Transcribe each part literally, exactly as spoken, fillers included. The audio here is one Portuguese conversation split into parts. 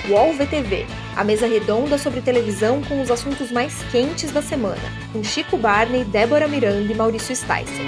UOL V T V, a mesa redonda sobre televisão com os assuntos mais quentes da semana, com Chico Barney, Débora Miranda e Maurício Sticer.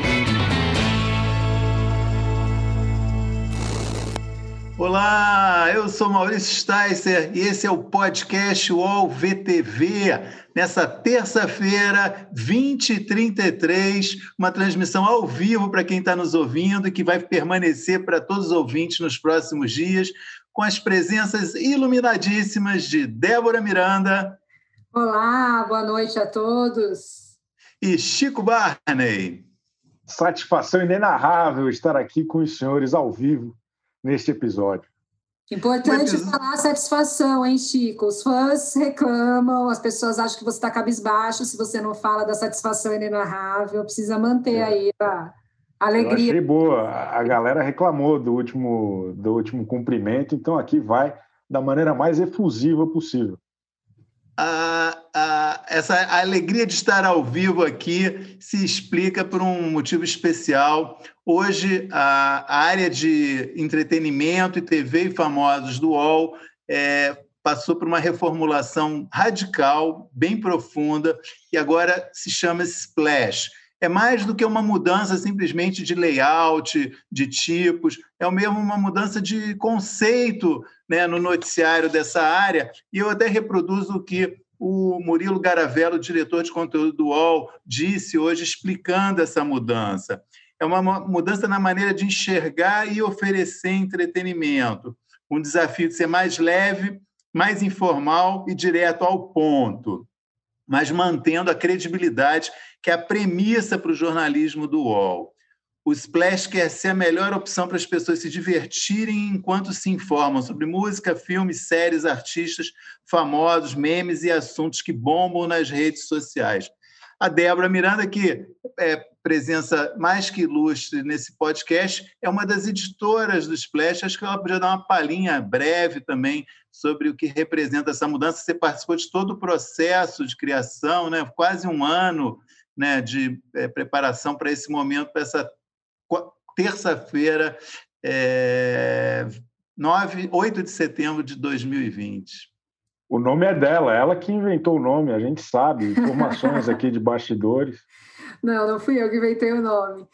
Olá, eu sou Maurício Sticer e esse é o podcast UOL V T V. Nessa terça-feira, vinte e trinta e três, uma transmissão ao vivo para quem está nos ouvindo e que vai permanecer para todos os ouvintes nos próximos dias, com as presenças iluminadíssimas de Débora Miranda. Olá, boa noite a todos. E Chico Barney. Satisfação inenarrável estar aqui com os senhores ao vivo neste episódio. Importante falar a satisfação, hein, Chico? Os fãs reclamam, as pessoas acham que você está cabisbaixo se você não fala da satisfação inenarrável. Precisa manter é. aí a alegria. Eu achei boa. A galera reclamou do último, do último cumprimento, então aqui vai da maneira mais efusiva possível. A, a, essa a alegria de estar ao vivo aqui se explica por um motivo especial. Hoje, a, a área de entretenimento e T V e famosos do UOL é, passou por uma reformulação radical, bem profunda, e agora se chama Splash. É mais do que uma mudança simplesmente de layout, de tipos, é mesmo uma mudança de conceito, né, no noticiário dessa área, e eu até reproduzo o que o Murilo Garavello, diretor de conteúdo do UOL, disse hoje, explicando essa mudança. É uma mudança na maneira de enxergar e oferecer entretenimento, um desafio de ser mais leve, mais informal e direto ao ponto, mas mantendo a credibilidade que é a premissa para o jornalismo do UOL. O Splash quer ser a melhor opção para as pessoas se divertirem enquanto se informam sobre música, filmes, séries, artistas famosos, memes e assuntos que bombam nas redes sociais. A Débora Miranda, que é presença mais que ilustre nesse podcast, é uma das editoras do Splash. Acho que ela podia dar uma palhinha breve também sobre o que representa essa mudança. Você participou de todo o processo de criação, né? Quase um ano, né, de é, preparação para esse momento, para essa terça-feira, é, nove, oito de setembro de dois mil e vinte. O nome é dela, ela que inventou o nome, a gente sabe, informações aqui de bastidores. Não, não fui eu que inventei o nome,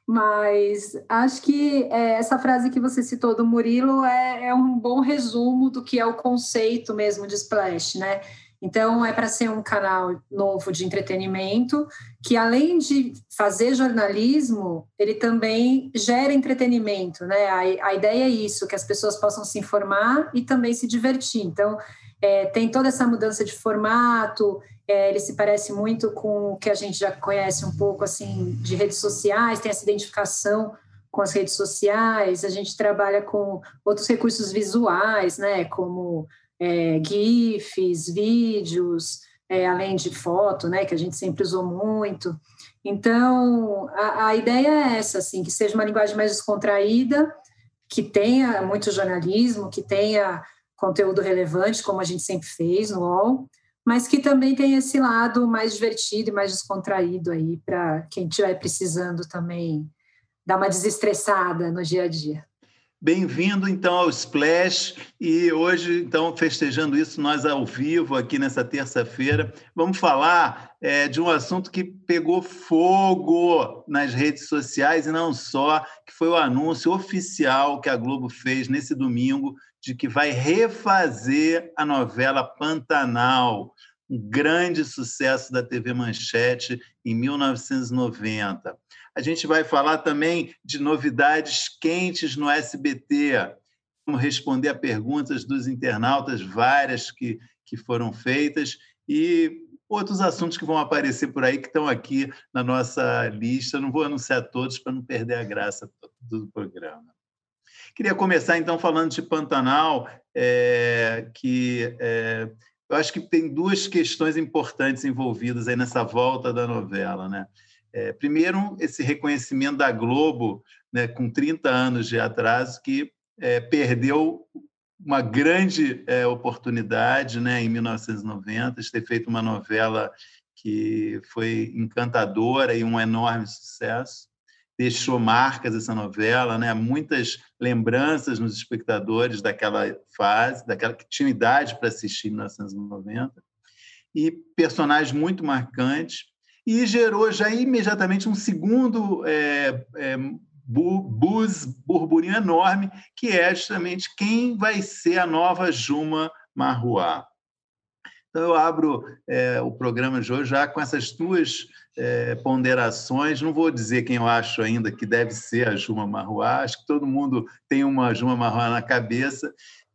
mas acho que é, essa frase que você citou do Murilo é, é um bom resumo do que é o conceito mesmo de Splash, né? Então, é para ser um canal novo de entretenimento, que além de fazer jornalismo, ele também gera entretenimento, né? A, a ideia é isso, que as pessoas possam se informar e também se divertir. Então, é, tem toda essa mudança de formato, é, ele se parece muito com o que a gente já conhece um pouco, assim, de redes sociais, tem essa identificação com as redes sociais, a gente trabalha com outros recursos visuais, né? Como É, GIFs, vídeos, é, além de foto, né, que a gente sempre usou muito. Então, a, a ideia é essa, assim, que seja uma linguagem mais descontraída, que tenha muito jornalismo, que tenha conteúdo relevante, como a gente sempre fez no UOL, mas que também tenha esse lado mais divertido e mais descontraído aí, para quem estiver precisando também dar uma desestressada no dia a dia. Bem-vindo, então, ao Splash, e hoje, então, festejando isso, nós ao vivo, aqui nessa terça-feira, vamos falar é, de um assunto que pegou fogo nas redes sociais, e não só, que foi o anúncio oficial que a Globo fez nesse domingo, de que vai refazer a novela Pantanal, um grande sucesso da T V Manchete em mil novecentos e noventa. A gente vai falar também de novidades quentes no S B T. Vamos responder a perguntas dos internautas, várias que, que foram feitas, e outros assuntos que vão aparecer por aí, que estão aqui na nossa lista. Não vou anunciar todos para não perder a graça do programa. Queria começar, então, falando de Pantanal, é, que é, eu acho que tem duas questões importantes envolvidas aí nessa volta da novela, né? É, primeiro, esse reconhecimento da Globo, né, com trinta anos de atraso, que é, perdeu uma grande é, oportunidade, né, em mil novecentos e noventa, de ter feito uma novela que foi encantadora e um enorme sucesso. deixou marcas essa novela, né? Muitas lembranças nos espectadores daquela fase, daquela que tinha idade para assistir em mil novecentos e noventa, e personagens muito marcantes, e gerou já imediatamente um segundo é, é, buzz, burburinho enorme, que é justamente quem vai ser a nova Juma Marruá. Então, eu abro é, o programa de hoje já com essas duas é, ponderações. Não vou dizer quem eu acho ainda que deve ser a Juma Marruá, acho que todo mundo tem uma Juma Marruá na cabeça.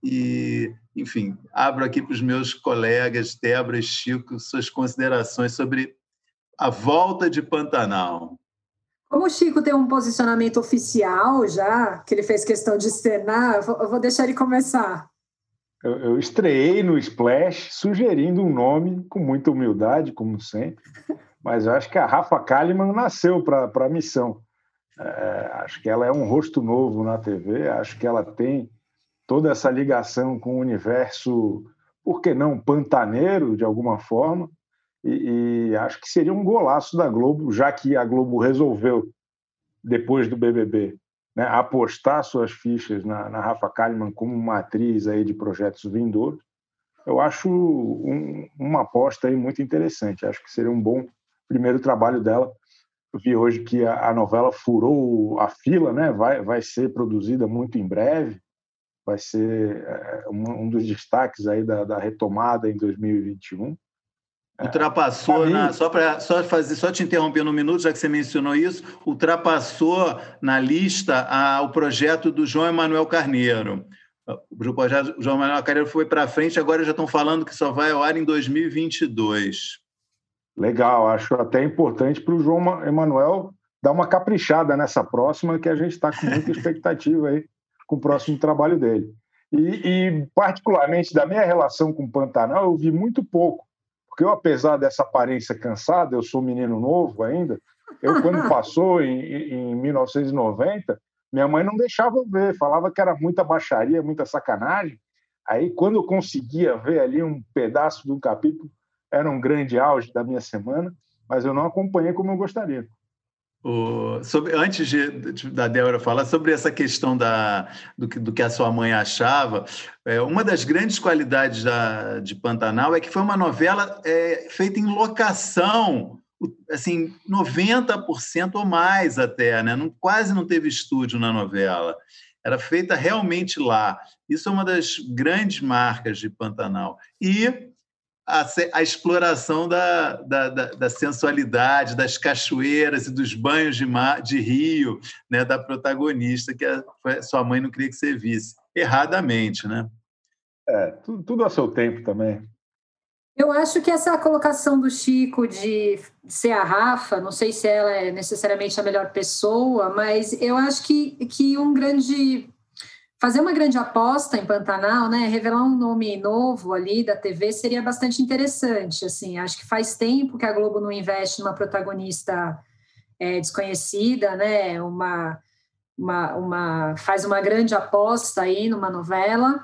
E, enfim, abro aqui para os meus colegas, Débora e Chico, suas considerações sobre a volta de Pantanal. Como o Chico tem um posicionamento oficial já, que ele fez questão de externar, eu vou, eu vou deixar ele começar. Eu, eu estreei no Splash sugerindo um nome com muita humildade, como sempre, mas eu acho que a Rafa Kalimann nasceu para a missão. É, acho que ela é um rosto novo na T V, acho que ela tem toda essa ligação com o universo, por que não, pantaneiro, de alguma forma, e, e acho que seria um golaço da Globo, já que a Globo resolveu, depois do B B B, né, apostar suas fichas na, na Rafa Kalimann como uma atriz aí de projetos vindouros. Eu acho um, uma aposta aí muito interessante. Acho que seria um bom primeiro trabalho dela. Eu vi hoje que a, a novela furou a fila, né? vai, vai ser produzida muito em breve, vai ser é, um, um dos destaques aí da, da retomada em dois mil e vinte e um. Ultrapassou, na, só para só fazer, só te interromper um minuto, já que você mencionou isso, ultrapassou na lista a, o projeto do João Emanuel Carneiro. O projeto do João Emanuel Carneiro foi para frente, agora já estão falando que só vai ao ar em dois mil e vinte e dois. Legal, acho até importante para o João Emanuel dar uma caprichada nessa próxima, que a gente está com muita expectativa aí com o próximo trabalho dele. E, e, particularmente, da minha relação com o Pantanal, eu vi muito pouco. Porque eu, apesar dessa aparência cansada, eu sou menino novo ainda, eu, quando passou em, em mil novecentos e noventa, minha mãe não deixava eu ver, falava que era muita baixaria, muita sacanagem. Aí, quando eu conseguia ver ali um pedaço de um capítulo, era um grande auge da minha semana, mas eu não acompanhei como eu gostaria. O, sobre, antes de, de, da Débora falar sobre essa questão da, do, que, do que a sua mãe achava, é, uma das grandes qualidades da, de Pantanal é que foi uma novela é, feita em locação, assim, noventa por cento ou mais até, né? Não, quase não teve estúdio na novela, era feita realmente lá. Isso é uma das grandes marcas de Pantanal. E A, a exploração da, da, da sensualidade, das cachoeiras e dos banhos de, mar, de rio, né, da protagonista, que a, sua mãe não queria que você visse. Erradamente, né? É, tudo, tudo a seu tempo também. Eu acho que essa colocação do Chico de ser a Rafa, não sei se ela é necessariamente a melhor pessoa, mas eu acho que, que um grande... Fazer uma grande aposta em Pantanal, né, revelar um nome novo ali da T V seria bastante interessante. Assim, acho que faz tempo que a Globo não investe numa protagonista é, desconhecida, né, uma, uma, uma, faz uma grande aposta aí numa novela.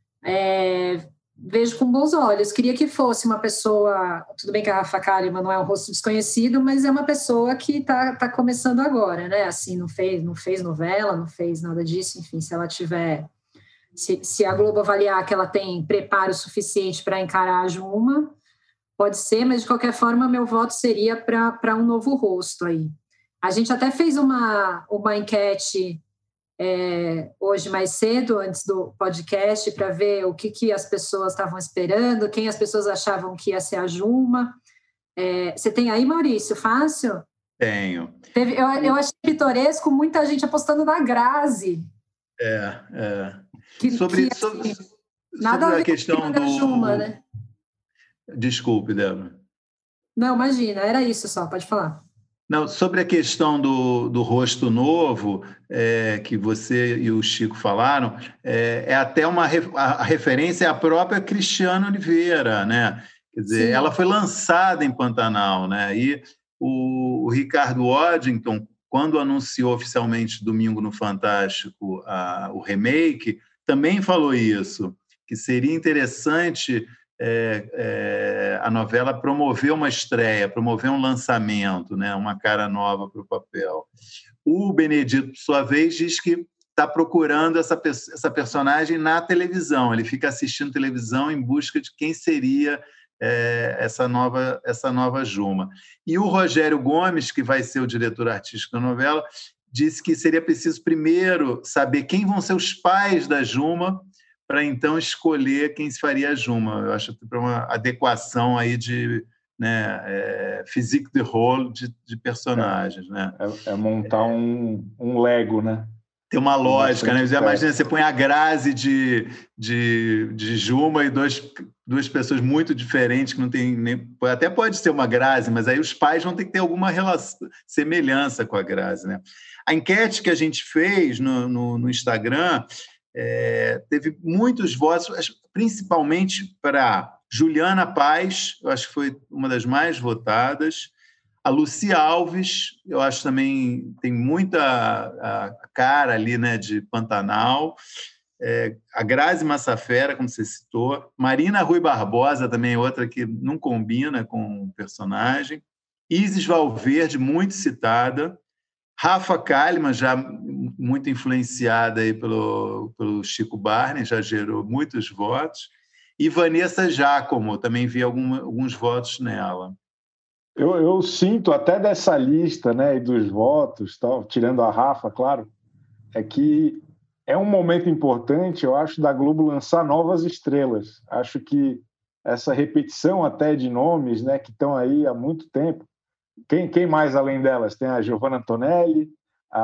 É, vejo com bons olhos. Queria que fosse uma pessoa... Tudo bem que a Rafa Kalimann não é um rosto desconhecido, mas é uma pessoa que está tá começando agora, né? Assim, não fez, não fez novela, não fez nada disso. Enfim, se ela tiver... Se, se a Globo avaliar que ela tem preparo suficiente para encarar a Juma, pode ser, mas de qualquer forma, meu voto seria para um novo rosto aí. A gente até fez uma, uma enquete... É, hoje mais cedo, antes do podcast, para ver o que, que as pessoas estavam esperando, quem as pessoas achavam que ia ser a Juma. É, você tem aí, Maurício, fácil? Tenho. Teve, eu, eu achei pitoresco muita gente apostando na Grazi. É, é. Que, sobre, que, sobre, assim, nada sobre a, ver a questão com do... a Juma, né? Desculpe, Débora. Não, imagina, era isso só, pode falar. Não, sobre a questão do, do rosto novo, é, que você e o Chico falaram, é, é até uma a referência à própria Cristiana Oliveira, né? Quer dizer, Sim. Ela foi lançada em Pantanal, né? E o, o Ricardo Waddington, quando anunciou oficialmente domingo no Fantástico a, o remake, também falou isso, que seria interessante É, é, a novela promover uma estreia, promover um lançamento, né? Uma cara nova para o papel. O Benedito, por sua vez, diz que está procurando essa, essa personagem na televisão. Ele fica assistindo televisão em busca de quem seria é, essa, nova, essa nova Juma. E o Rogério Gomes, que vai ser o diretor artístico da novela, disse que seria preciso primeiro saber quem vão ser os pais da Juma, para então escolher quem se faria a Juma. Eu acho que para uma adequação aí de, né, é, physique de rôle de, de personagens. É, né? é, é montar um, um Lego, né? Tem uma lógica, né? Você imagina, você põe a Grazi de, de, de Juma e dois, duas pessoas muito diferentes, que não tem nem... Até pode ser uma Grazi, mas aí os pais vão ter que ter alguma relação, semelhança com a Grazi, né? A enquete que a gente fez no, no, no Instagram é, teve muitos votos, principalmente para Juliana Paz, eu acho que foi uma das mais votadas. A Lucy Alves, eu acho também tem muita a cara ali, né, de Pantanal. É, a Grazi Massafera, como você citou. Marina Rui Barbosa, também é outra que não combina com o personagem. Isis Valverde, muito citada. Rafa Kalimann, já muito influenciada aí pelo, pelo Chico Barney, já gerou muitos votos. E Vanessa Giacomo, também vi algum, alguns votos nela. Eu, eu sinto até dessa lista, né, e dos votos, tal, tirando a Rafa, claro, é que é um momento importante, eu acho, da Globo lançar novas estrelas. Acho que essa repetição até de nomes, né, que estão aí há muito tempo. Quem, quem mais além delas? Tem a Giovanna Antonelli, a,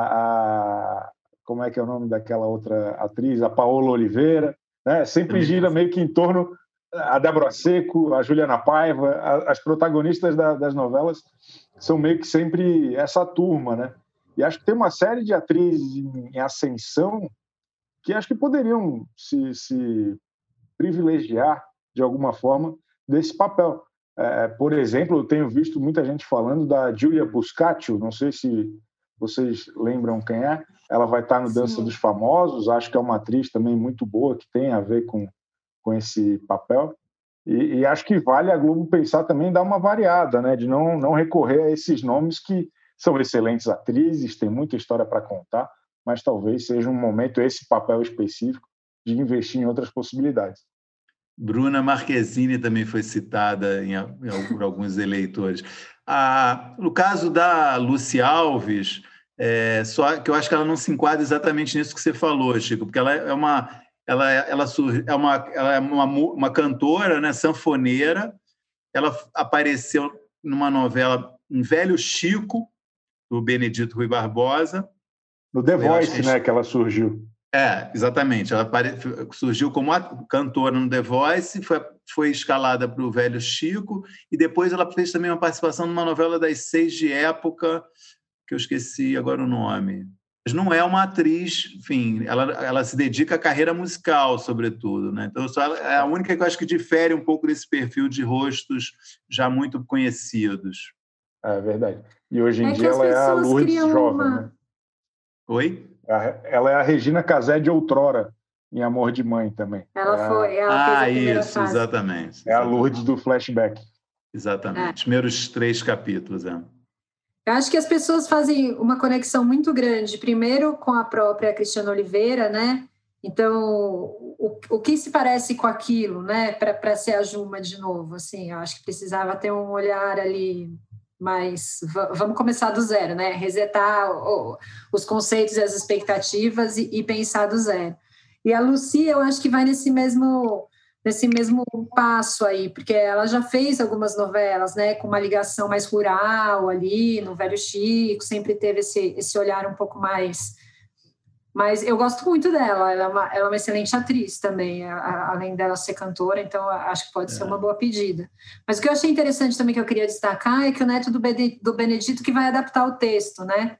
a como é que é o nome daquela outra atriz, a Paola Oliveira, né? Sempre gira meio que em torno a Débora Seco, a Juliana Paiva, a, as protagonistas da, das novelas são meio que sempre essa turma, né? E acho que tem uma série de atrizes em, em ascensão que acho que poderiam se, se privilegiar de alguma forma desse papel. É, por exemplo, eu tenho visto muita gente falando da Giulia Buscaccio, não sei se vocês lembram quem é, ela vai estar no Dança Sim. dos Famosos, acho que é uma atriz também muito boa, que tem a ver com, com esse papel, e, e acho que vale a Globo pensar também em dar uma variada, né, de não, não recorrer a esses nomes que são excelentes atrizes, tem muita história para contar, mas talvez seja um momento, esse papel específico, de investir em outras possibilidades. Bruna Marquezine também foi citada em, em, por alguns eleitores. Ah, no caso da Lucy Alves, é, só que eu acho que ela não se enquadra exatamente nisso que você falou, Chico, porque ela é uma, ela, ela é uma, ela é uma, uma cantora, né, sanfoneira. Ela apareceu numa novela em Velho Chico, do Benedito Rui Barbosa. No The Voice, né, que ela surgiu. É, exatamente. Ela surgiu como cantora no The Voice, foi, foi escalada para o Velho Chico, e depois ela fez também uma participação numa novela das seis de época, que eu esqueci agora o nome. Mas não é uma atriz, enfim, ela, ela se dedica à carreira musical, sobretudo, né? Então, só ela é a única que eu acho que difere um pouco desse perfil de rostos já muito conhecidos. É verdade. E hoje em é dia ela é a Lourdes jovem, uma... né? Oi? Ela é a Regina Casé de outrora, em Amor de Mãe também. Ela é foi, ela ah, fez a primeira isso, fase. Exatamente. É a Lourdes do flashback. Exatamente. Os é. primeiros três capítulos, é. Eu acho que as pessoas fazem uma conexão muito grande, primeiro com a própria Cristiana Oliveira, né? Então, o, o que se parece com aquilo, né? Para ser a Juma de novo, assim, eu acho que precisava ter um olhar ali... Mas vamos começar do zero, né? Resetar os conceitos e as expectativas e, e pensar do zero. E a Lucy, eu acho que vai nesse mesmo, nesse mesmo passo aí, porque ela já fez algumas novelas, né? Com uma ligação mais rural ali, no Velho Chico, sempre teve esse, esse olhar um pouco mais... Mas eu gosto muito dela, ela é uma, ela é uma excelente atriz também, a, a, além dela ser cantora, então acho que pode é. ser uma boa pedida. Mas o que eu achei interessante também que eu queria destacar é que o neto do, Bene, do Benedito que vai adaptar o texto, né?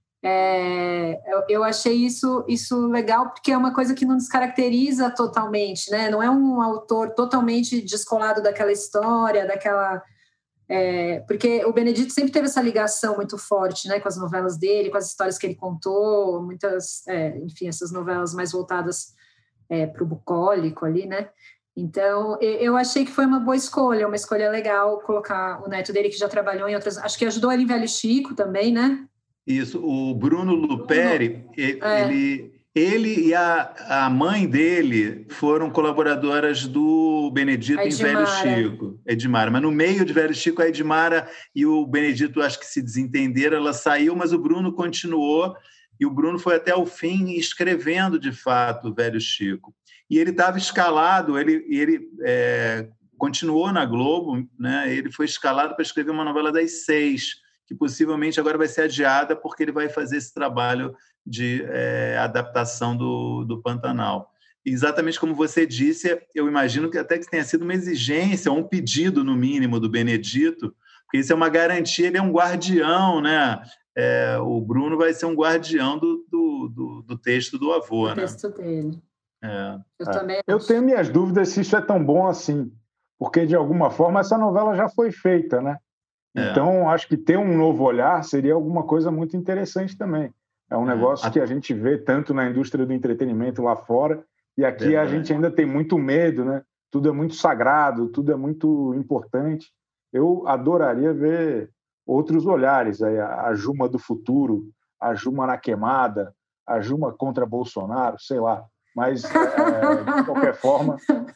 É, eu, eu achei isso, isso legal, porque é uma coisa que não descaracteriza totalmente, né? Não é um autor totalmente descolado daquela história, daquela... É, porque o Benedito sempre teve essa ligação muito forte, né, com as novelas dele, com as histórias que ele contou, muitas, é, enfim, essas novelas mais voltadas é, para o bucólico ali, né? Então, eu achei que foi uma boa escolha, uma escolha legal colocar o neto dele, que já trabalhou em outras... Acho que ajudou ele em Velho Chico também, né? Isso, o Bruno Luperi, ele, É. ele, ele e a, a mãe dele foram colaboradoras do Benedito em Velho Chico, Edmara. Mas no meio de Velho Chico, a Edmara e o Benedito acho que se desentenderam, ela saiu, mas o Bruno continuou, e o Bruno foi até o fim escrevendo, de fato, o Velho Chico. E ele estava escalado, ele, ele é, continuou na Globo, né? Ele foi escalado para escrever uma novela das seis, que possivelmente agora vai ser adiada porque ele vai fazer esse trabalho de é, adaptação do, do Pantanal. E exatamente como você disse, eu imagino que até que tenha sido uma exigência, um pedido, no mínimo, do Benedito, porque isso é uma garantia, ele é um guardião, né? É, o Bruno vai ser um guardião do, do, do, do texto do avô. O né? texto dele. É. Eu, é. também eu tenho minhas dúvidas se isso é tão bom assim, porque, de alguma forma, essa novela já foi feita, né? Então, é. acho que ter um novo olhar seria alguma coisa muito interessante também. É um negócio é. que a gente vê tanto na indústria do entretenimento lá fora, e aqui Verdade. a gente ainda tem muito medo, né? Tudo é muito sagrado, tudo é muito importante. Eu adoraria ver outros olhares, aí, a Juma do futuro, a Juma na queimada, a Juma contra Bolsonaro, sei lá. Mas, é, de qualquer forma,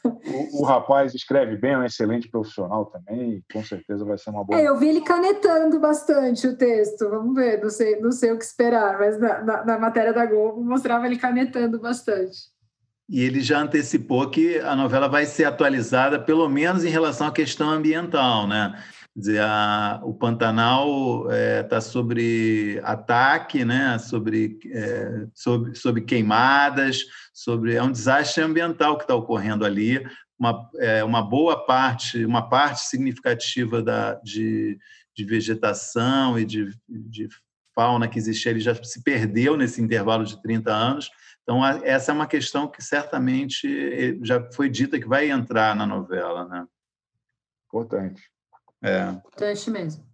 o, o rapaz escreve bem, é um excelente profissional também, e com certeza vai ser uma boa... É, eu vi ele canetando bastante o texto, vamos ver, não sei, não sei o que esperar, mas na, na, na matéria da Globo mostrava ele canetando bastante. E ele já antecipou que a novela vai ser atualizada, pelo menos em relação à questão ambiental, né? Quer dizer, a, o Pantanal está é, sobre ataque, né? sobre, é, sobre, sobre queimadas, sobre, é um desastre ambiental que está ocorrendo ali. Uma, é, uma boa parte, uma parte significativa da, de, de vegetação e de, de fauna que existia ali já se perdeu nesse intervalo de trinta anos. Então, essa é uma questão que certamente já foi dita que vai entrar na novela. Né? Importante. É. Importante mesmo.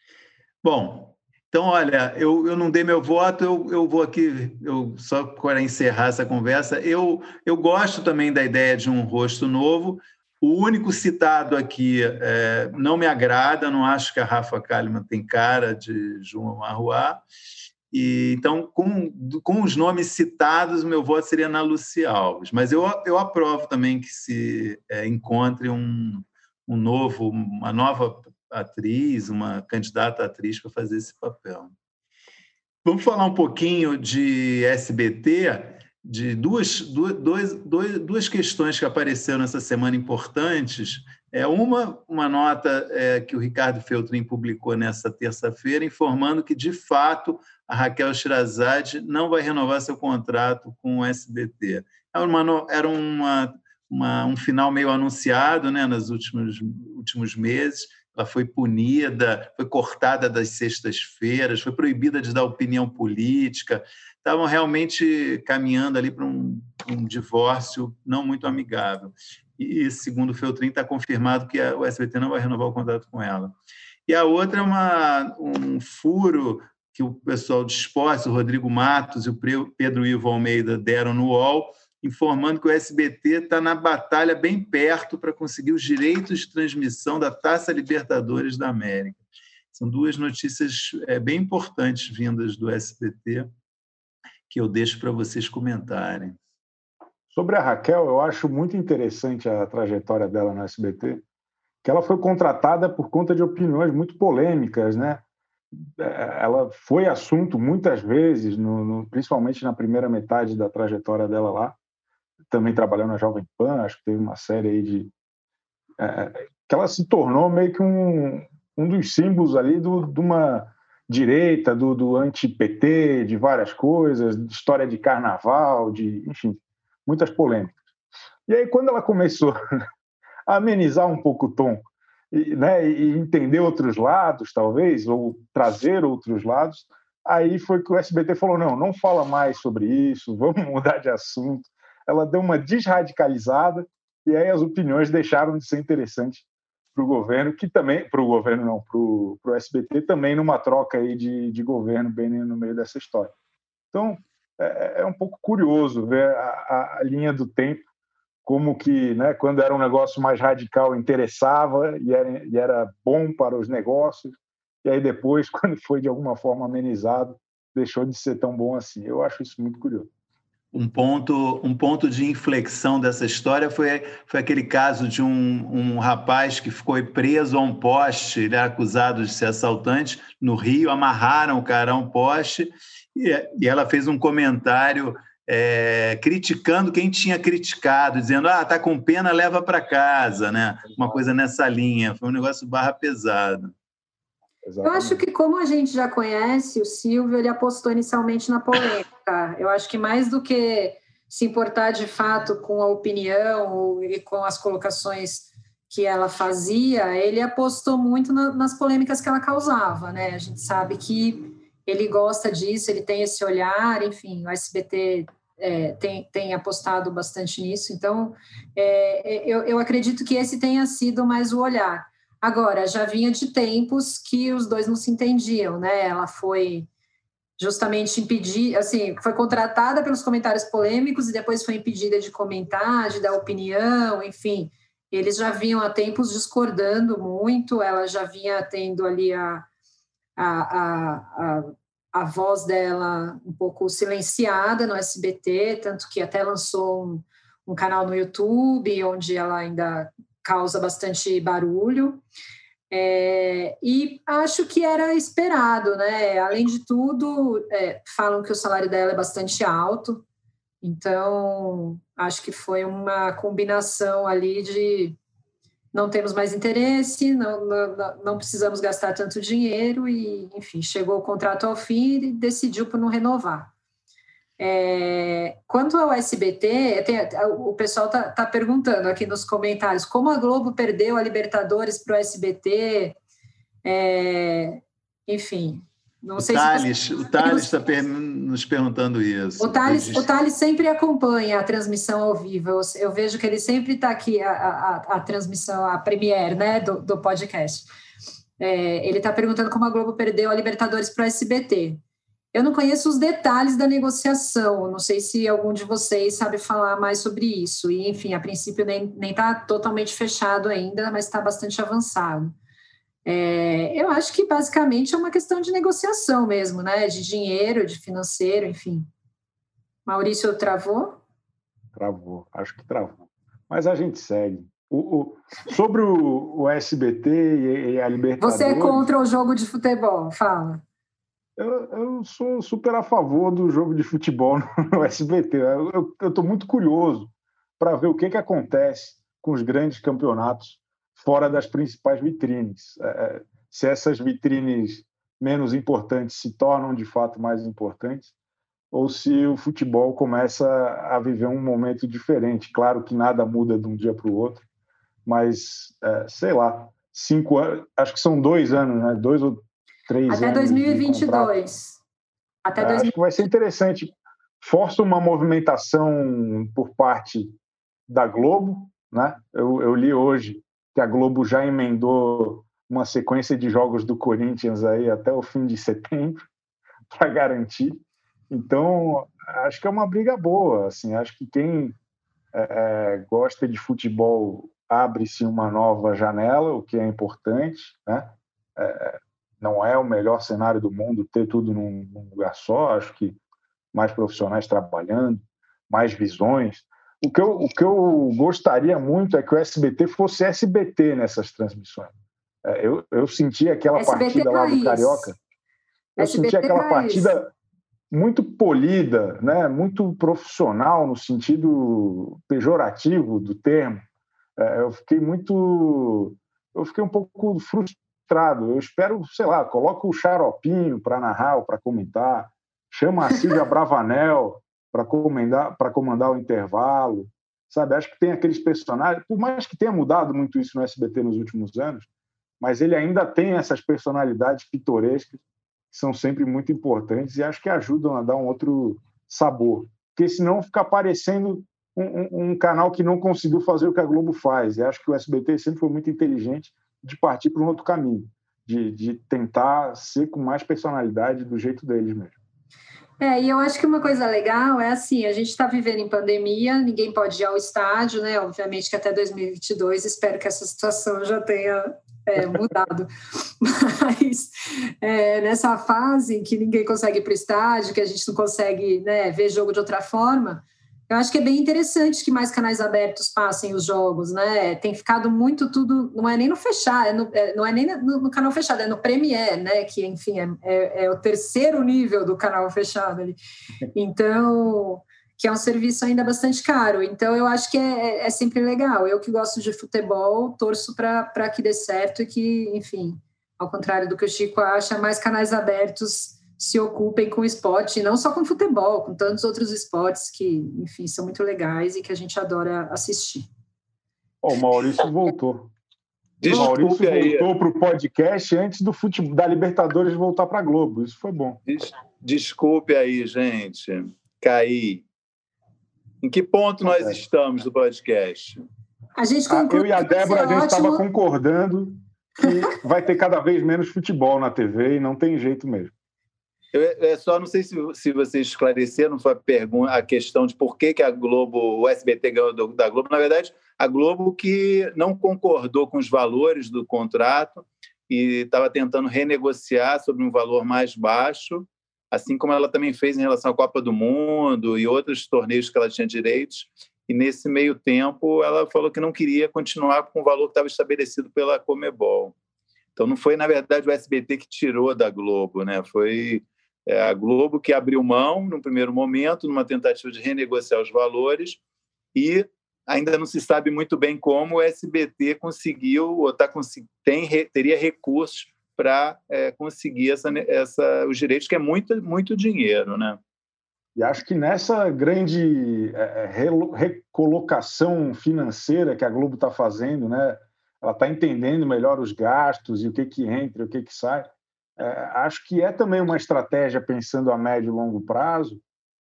Bom, então, olha, eu, eu não dei meu voto, eu, eu vou aqui, eu, só para encerrar essa conversa, eu, eu gosto também da ideia de um rosto novo. O único citado aqui é, não me agrada, não acho que a Rafa Kalimann tem cara de João Marruá. E, então, com, com os nomes citados, o meu voto seria na Lucy Alves. Mas eu, eu aprovo também que se é, encontre um, um novo, uma nova atriz, uma candidata atriz para fazer esse papel. Vamos falar um pouquinho de S B T, de duas, duas, duas, duas questões que apareceram essa semana importantes. É uma, uma nota é, que o Ricardo Feltrin publicou nessa terça-feira, informando que, de fato, a Raquel Sherazade não vai renovar seu contrato com o S B T. Era, uma, era uma, uma, um final meio anunciado, né, nos últimos, últimos meses. Ela foi punida, foi cortada das sextas-feiras, foi proibida de dar opinião política. Estavam realmente caminhando ali para um, um divórcio não muito amigável. E, segundo o Feltrin, está confirmado que a, o S B T não vai renovar o contrato com ela. E a outra é uma, um furo que o pessoal de esportes, o Rodrigo Matos e o Pedro Ivo Almeida deram no U O L, informando que o S B T está na batalha bem perto para conseguir os direitos de transmissão da Taça Libertadores da América. São duas notícias é, bem importantes vindas do S B T que eu deixo para vocês comentarem. Sobre a Raquel, eu acho muito interessante a trajetória dela no S B T, que ela foi contratada por conta de opiniões muito polêmicas, né? Ela foi assunto muitas vezes, no, no, principalmente na primeira metade da trajetória dela lá, também trabalhou na Jovem Pan, acho que teve uma série aí de... É, que ela se tornou meio que um, um dos símbolos ali do, de uma direita, do, do anti-P T, de várias coisas, de história de carnaval, de, enfim, muitas polêmicas. E aí, quando ela começou a amenizar um pouco o tom, e, né, e entender outros lados, talvez, ou trazer outros lados, aí foi que o S B T falou, não, não fala mais sobre isso, vamos mudar de assunto. Ela deu uma desradicalizada e aí as opiniões deixaram de ser interessantes para o governo, que também, para o governo não, para o S B T também numa troca aí de, de governo bem no meio dessa história. Então, é, é um pouco curioso ver a, a linha do tempo, como que, né, quando era um negócio mais radical, interessava e era, e era bom para os negócios, e aí depois, quando foi de alguma forma amenizado, deixou de ser tão bom assim. Eu acho isso muito curioso. Um ponto, um ponto de inflexão dessa história foi, foi aquele caso de um, um rapaz que ficou preso a um poste, ele era acusado de ser assaltante, no Rio, amarraram o cara a um poste, e, e ela fez um comentário é, criticando quem tinha criticado, dizendo, ah, tá com pena, leva para casa, né? Uma coisa nessa linha, foi um negócio barra pesado. Eu acho que, como a gente já conhece o Silvio, ele apostou inicialmente na polêmica. Eu acho que mais do que se importar de fato com a opinião e com as colocações que ela fazia, ele apostou muito na, nas polêmicas que ela causava, né? A gente sabe que ele gosta disso, ele tem esse olhar, enfim, o S B T é, tem, tem apostado bastante nisso. Então, é, eu, eu acredito que esse tenha sido mais o olhar. Agora, já vinha de tempos que os dois não se entendiam, né? Ela foi justamente impedida, assim, foi contratada pelos comentários polêmicos e depois foi impedida de comentar, de dar opinião, enfim. Eles já vinham há tempos discordando muito, ela já vinha tendo ali a, a, a, a, a voz dela um pouco silenciada no S B T, tanto que até lançou um, um canal no YouTube, onde ela ainda causa bastante barulho, é, e acho que era esperado, né? Além de tudo, é, falam que o salário dela é bastante alto, então acho que foi uma combinação ali de não temos mais interesse, não, não, não precisamos gastar tanto dinheiro e, enfim, chegou o contrato ao fim e decidiu por não renovar. É, quanto ao S B T, tem, o pessoal está tá perguntando aqui nos comentários como a Globo perdeu a Libertadores para o S B T, é, enfim, não o sei Thales, se você... O Thales está per... nos perguntando isso. O Thales, o Thales sempre acompanha a transmissão ao vivo, eu, eu vejo que ele sempre está aqui, a, a, a transmissão, a premiere, né, do, do podcast. É, ele está perguntando como a Globo perdeu a Libertadores para o S B T. Eu não conheço os detalhes da negociação, não sei se algum de vocês sabe falar mais sobre isso. E, enfim, a princípio nem está totalmente fechado ainda, mas está bastante avançado. É, eu acho que basicamente é uma questão de negociação mesmo, né? De dinheiro, de financeiro, enfim. Maurício, travou? Travou, acho que travou. Mas a gente segue. O, o, sobre o, o S B T e, e a Libertadores... Você é contra o jogo de futebol, fala. Eu, eu sou super a favor do jogo de futebol no S B T. Eu estou muito curioso para ver o que, que acontece com os grandes campeonatos fora das principais vitrines. É, se essas vitrines menos importantes se tornam de fato mais importantes ou se o futebol começa a viver um momento diferente. Claro que nada muda de um dia para o outro, mas, é, sei lá, cinco anos, acho que são dois anos, né? Dois ou três Até anos dois mil e vinte e dois. Até é, dois mil... Acho que vai ser interessante. Força uma movimentação por parte da Globo, né? Eu, eu li hoje que a Globo já emendou uma sequência de jogos do Corinthians aí até o fim de setembro para garantir. Então, acho que é uma briga boa. Assim, acho que quem é, gosta de futebol abre-se uma nova janela, o que é importante, né? É, não é o melhor cenário do mundo ter tudo num, num lugar só. Acho que mais profissionais trabalhando, mais visões. O que, eu, o que eu gostaria muito é que o S B T fosse S B T nessas transmissões. É, eu, eu senti aquela S B T partida lá do Carioca. Eu S B T senti aquela raiz. partida muito polida, né? Muito profissional no sentido pejorativo do termo. É, eu fiquei muito... Eu fiquei um pouco frustrado. Eu espero, sei lá, coloca o Xaropinho para narrar ou para comentar, chama a Silvia Bravanel para comandar, para comandar o intervalo, sabe? Acho que tem aqueles personagens, por mais que tenha mudado muito isso no S B T nos últimos anos, mas ele ainda tem essas personalidades pitorescas que são sempre muito importantes e acho que ajudam a dar um outro sabor, porque senão fica parecendo um, um, um canal que não conseguiu fazer o que a Globo faz. E acho que o S B T sempre foi muito inteligente de partir para um outro caminho, de, de tentar ser com mais personalidade do jeito deles mesmo. É, e eu acho que uma coisa legal é assim, a gente está vivendo em pandemia, ninguém pode ir ao estádio, né? Obviamente que até dois mil e vinte e dois espero que essa situação já tenha é, mudado. Mas é, nessa fase em que ninguém consegue ir para o estádio, que a gente não consegue, né, ver jogo de outra forma, eu acho que é bem interessante que mais canais abertos passem os jogos, né? Tem ficado muito tudo, não é nem no fechado, é no, é, não é nem no, no canal fechado, é no Premiere, né? Que, enfim, é, é, é o terceiro nível do canal fechado ali. Então, que é um serviço ainda bastante caro. Então, eu acho que é, é sempre legal. Eu que gosto de futebol, torço para que dê certo e que, enfim, ao contrário do que o Chico acha, mais canais abertos se ocupem com esporte, não só com futebol, com tantos outros esportes que, enfim, são muito legais e que a gente adora assistir. Oh, o Maurício voltou. Desculpe, o Maurício aí. voltou para o podcast antes do futebol, da Libertadores voltar para a Globo. Isso foi bom. Des, desculpe aí, gente. Caí. Em que ponto nós é. estamos do podcast? A gente ah, eu e a Débora, a gente estava concordando que vai ter cada vez menos futebol na T V e não tem jeito mesmo. Eu, eu só não sei se, se vocês esclareceram a, pergunta, a questão de por que, que a Globo, o S B T ganhou da Globo. Na verdade, a Globo que não concordou com os valores do contrato e estava tentando renegociar sobre um valor mais baixo, assim como ela também fez em relação à Copa do Mundo e outros torneios que ela tinha direitos. E, nesse meio tempo, ela falou que não queria continuar com o valor que estava estabelecido pela Conmebol. Então, não foi, na verdade, o S B T que tirou da Globo, né? Foi é, a Globo que abriu mão, no primeiro momento, numa tentativa de renegociar os valores, e ainda não se sabe muito bem como o S B T conseguiu, ou tá, tem, teria recursos para é, conseguir essa, essa, os direitos, que é muito, muito dinheiro, né? E acho que nessa grande é, recolocação financeira que a Globo está fazendo, né? Ela está entendendo melhor os gastos e o que, que entra e o que, que sai. É, acho que é também uma estratégia, pensando a médio e longo prazo,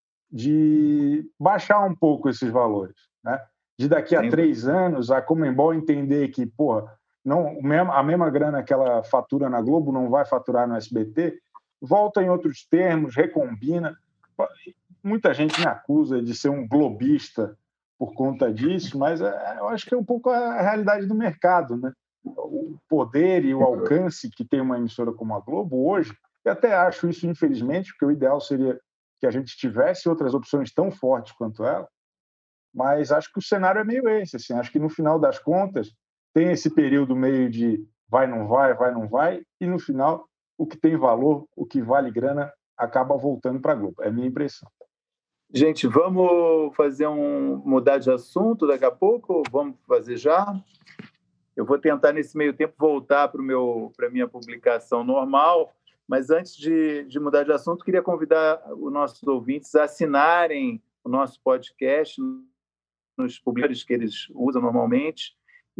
de baixar um pouco esses valores, né? De daqui a Sim. três anos, a Conmebol entender que, porra, não, a mesma grana que ela fatura na Globo não vai faturar no S B T, volta em outros termos, recombina. Muita gente me acusa de ser um globista por conta disso, mas eu acho que é um pouco a realidade do mercado, né? O poder e o alcance que tem uma emissora como a Globo hoje, eu até acho isso, infelizmente, porque o ideal seria que a gente tivesse outras opções tão fortes quanto ela, mas acho que o cenário é meio esse, assim, acho que no final das contas tem esse período meio de vai, não vai, vai, não vai, e no final o que tem valor, o que vale grana, acaba voltando para a Globo, é a minha impressão. Gente, vamos fazer um mudar de assunto daqui a pouco? Vamos fazer já? Eu vou tentar, nesse meio tempo, voltar para a minha publicação normal, mas antes de, de mudar de assunto, queria convidar os nossos ouvintes a assinarem o nosso podcast nos publicadores que eles usam normalmente,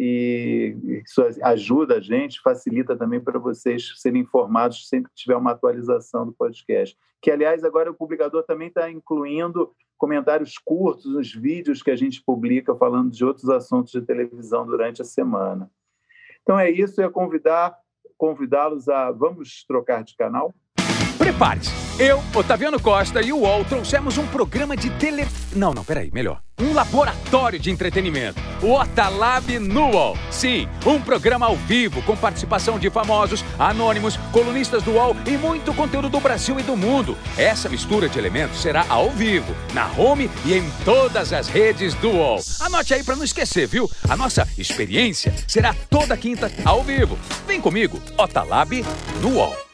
e isso ajuda a gente, facilita também para vocês serem informados sempre que tiver uma atualização do podcast. Que, aliás, agora o publicador também está incluindo comentários curtos nos vídeos que a gente publica falando de outros assuntos de televisão durante a semana. Então é isso, eu ia convidar, convidá-los a... Vamos trocar de canal? Prepare-se! Eu, Otaviano Costa e o U O L trouxemos um programa de tele... Não, não, peraí, melhor. Um laboratório de entretenimento. O Otalab no U O L. Sim, um programa ao vivo com participação de famosos, anônimos, colunistas do U O L e muito conteúdo do Brasil e do mundo. Essa mistura de elementos será ao vivo, na home e em todas as redes do U O L. Anote aí para não esquecer, viu? A nossa experiência será toda quinta ao vivo. Vem comigo, Otalab no U O L.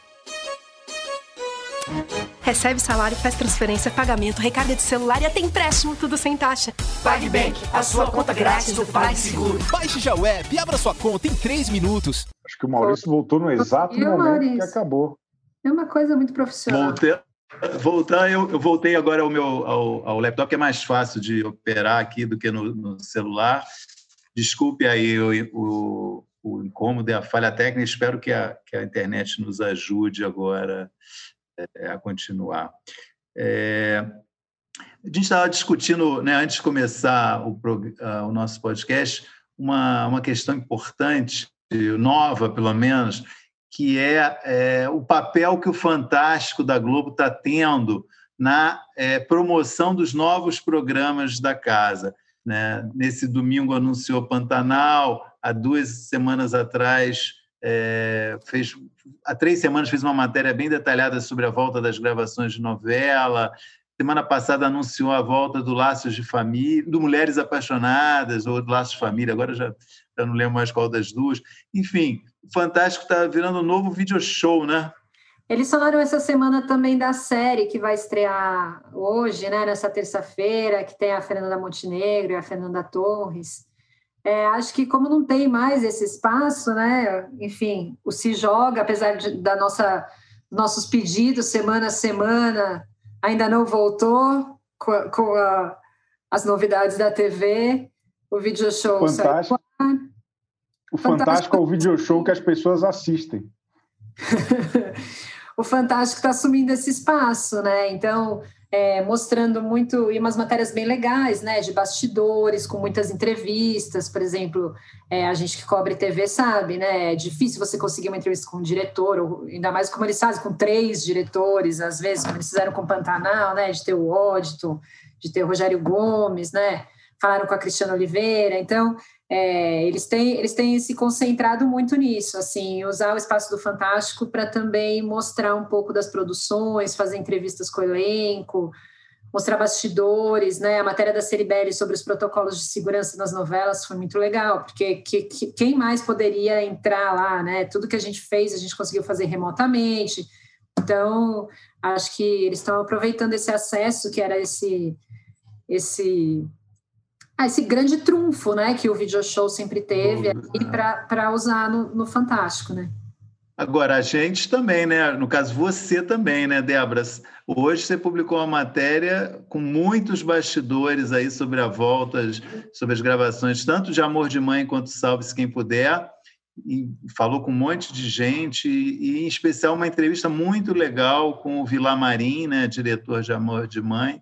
Recebe salário, faz transferência, pagamento, recarga de celular e até empréstimo, tudo sem taxa. PagBank, a sua conta grátis do PagSeguro. Baixe já o app e abra sua conta em três minutos. Acho que o Maurício voltou no exato eu, momento Maurício. que acabou. É uma coisa muito profissional. Voltei, voltar, eu, eu voltei agora ao meu ao, ao laptop, que é mais fácil de operar aqui do que no, no celular. Desculpe aí o, o, o incômodo e a falha técnica. Espero que a, que a internet nos ajude agora a continuar. É, a gente estava discutindo, né, antes de começar o, uh, o nosso podcast, uma, uma questão importante, nova pelo menos, que é, é o papel que o Fantástico da Globo está tendo na é, promoção dos novos programas da casa, né? Nesse domingo anunciou Pantanal, há duas semanas atrás é, fez, há três semanas fez uma matéria bem detalhada sobre a volta das gravações de novela. Semana passada anunciou a volta do Laços de Família, do Mulheres Apaixonadas, ou do Laços de Família, agora já, já não lembro mais qual das duas. Enfim, o Fantástico está virando um novo video show, né? Eles falaram essa semana também da série que vai estrear hoje, né, nessa terça-feira, que tem a Fernanda Montenegro e a Fernanda Torres. É, acho que como não tem mais esse espaço, né, enfim, o Se Joga, apesar de, da nossa, nossos pedidos semana a semana, ainda não voltou com, com a, as novidades da T V, o video show Fantástico. saiu. O Fantástico é o video show que as pessoas assistem. O Fantástico está assumindo esse espaço, né? Então, é, mostrando muito, e umas matérias bem legais, né? De bastidores, com muitas entrevistas, por exemplo, é, a gente que cobre T V sabe, né? É difícil você conseguir uma entrevista com um diretor, ou, ainda mais como eles fazem, com três diretores, às vezes, como eles fizeram com o Pantanal, né? De ter o Ódito, de ter o Rogério Gomes, né? Falaram com a Cristiana Oliveira, então... É, eles têm, eles têm se concentrado muito nisso, assim, usar o espaço do Fantástico para também mostrar um pouco das produções, fazer entrevistas com o elenco, mostrar bastidores, né? A matéria da Ceribelli sobre os protocolos de segurança nas novelas foi muito legal, porque que, que, quem mais poderia entrar lá, né? Tudo que a gente fez, a gente conseguiu fazer remotamente. Então, acho que eles estão aproveitando esse acesso, que era esse... esse Ah, esse grande trunfo, né, que o video show sempre teve para usar no, no Fantástico, né? Agora, a gente também, né? No caso, você também, né, Débora? Hoje você publicou uma matéria com muitos bastidores aí sobre a volta, sobre as gravações, tanto de Amor de Mãe quanto Salve-se Quem Puder, e falou com um monte de gente, e em especial uma entrevista muito legal com o Vilar Marim, né, diretor de Amor de Mãe,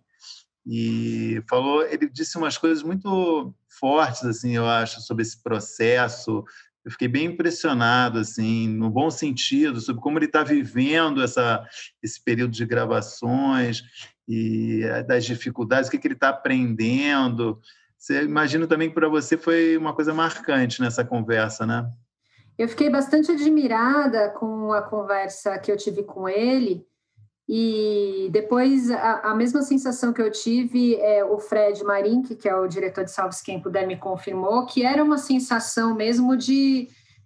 e falou, ele disse umas coisas muito fortes, assim, eu acho, sobre esse processo. Eu fiquei bem impressionado, assim, no bom sentido, sobre como ele está vivendo essa, esse período de gravações e das dificuldades, o que, que ele está aprendendo. Você, imagino também que para você foi uma coisa marcante nessa conversa, né? Eu fiquei bastante admirada com a conversa que eu tive com ele. E depois, a, a mesma sensação que eu tive, é, o Fred Marim, que é o diretor de Salve-se Quem Puder, me confirmou, que era uma sensação mesmo de...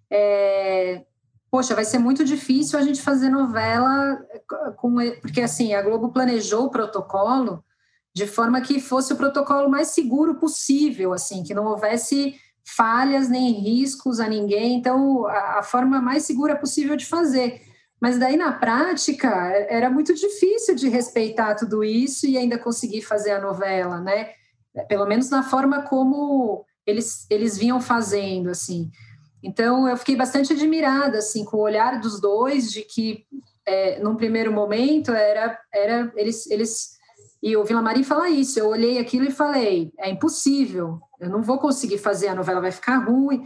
É, poxa, vai ser muito difícil a gente fazer novela, com, porque assim, a Globo planejou o protocolo de forma que fosse o protocolo mais seguro possível, assim, que não houvesse falhas nem riscos a ninguém, então a, a forma mais segura possível de fazer. Mas daí, na prática, era muito difícil de respeitar tudo isso e ainda conseguir fazer a novela, né? Pelo menos na forma como eles, eles vinham fazendo, assim. Então, eu fiquei bastante admirada, assim, com o olhar dos dois, de que, é, num primeiro momento, era, era eles, eles... E o Vilar Marim fala isso, eu olhei aquilo e falei, é impossível, eu não vou conseguir fazer, a novela vai ficar ruim,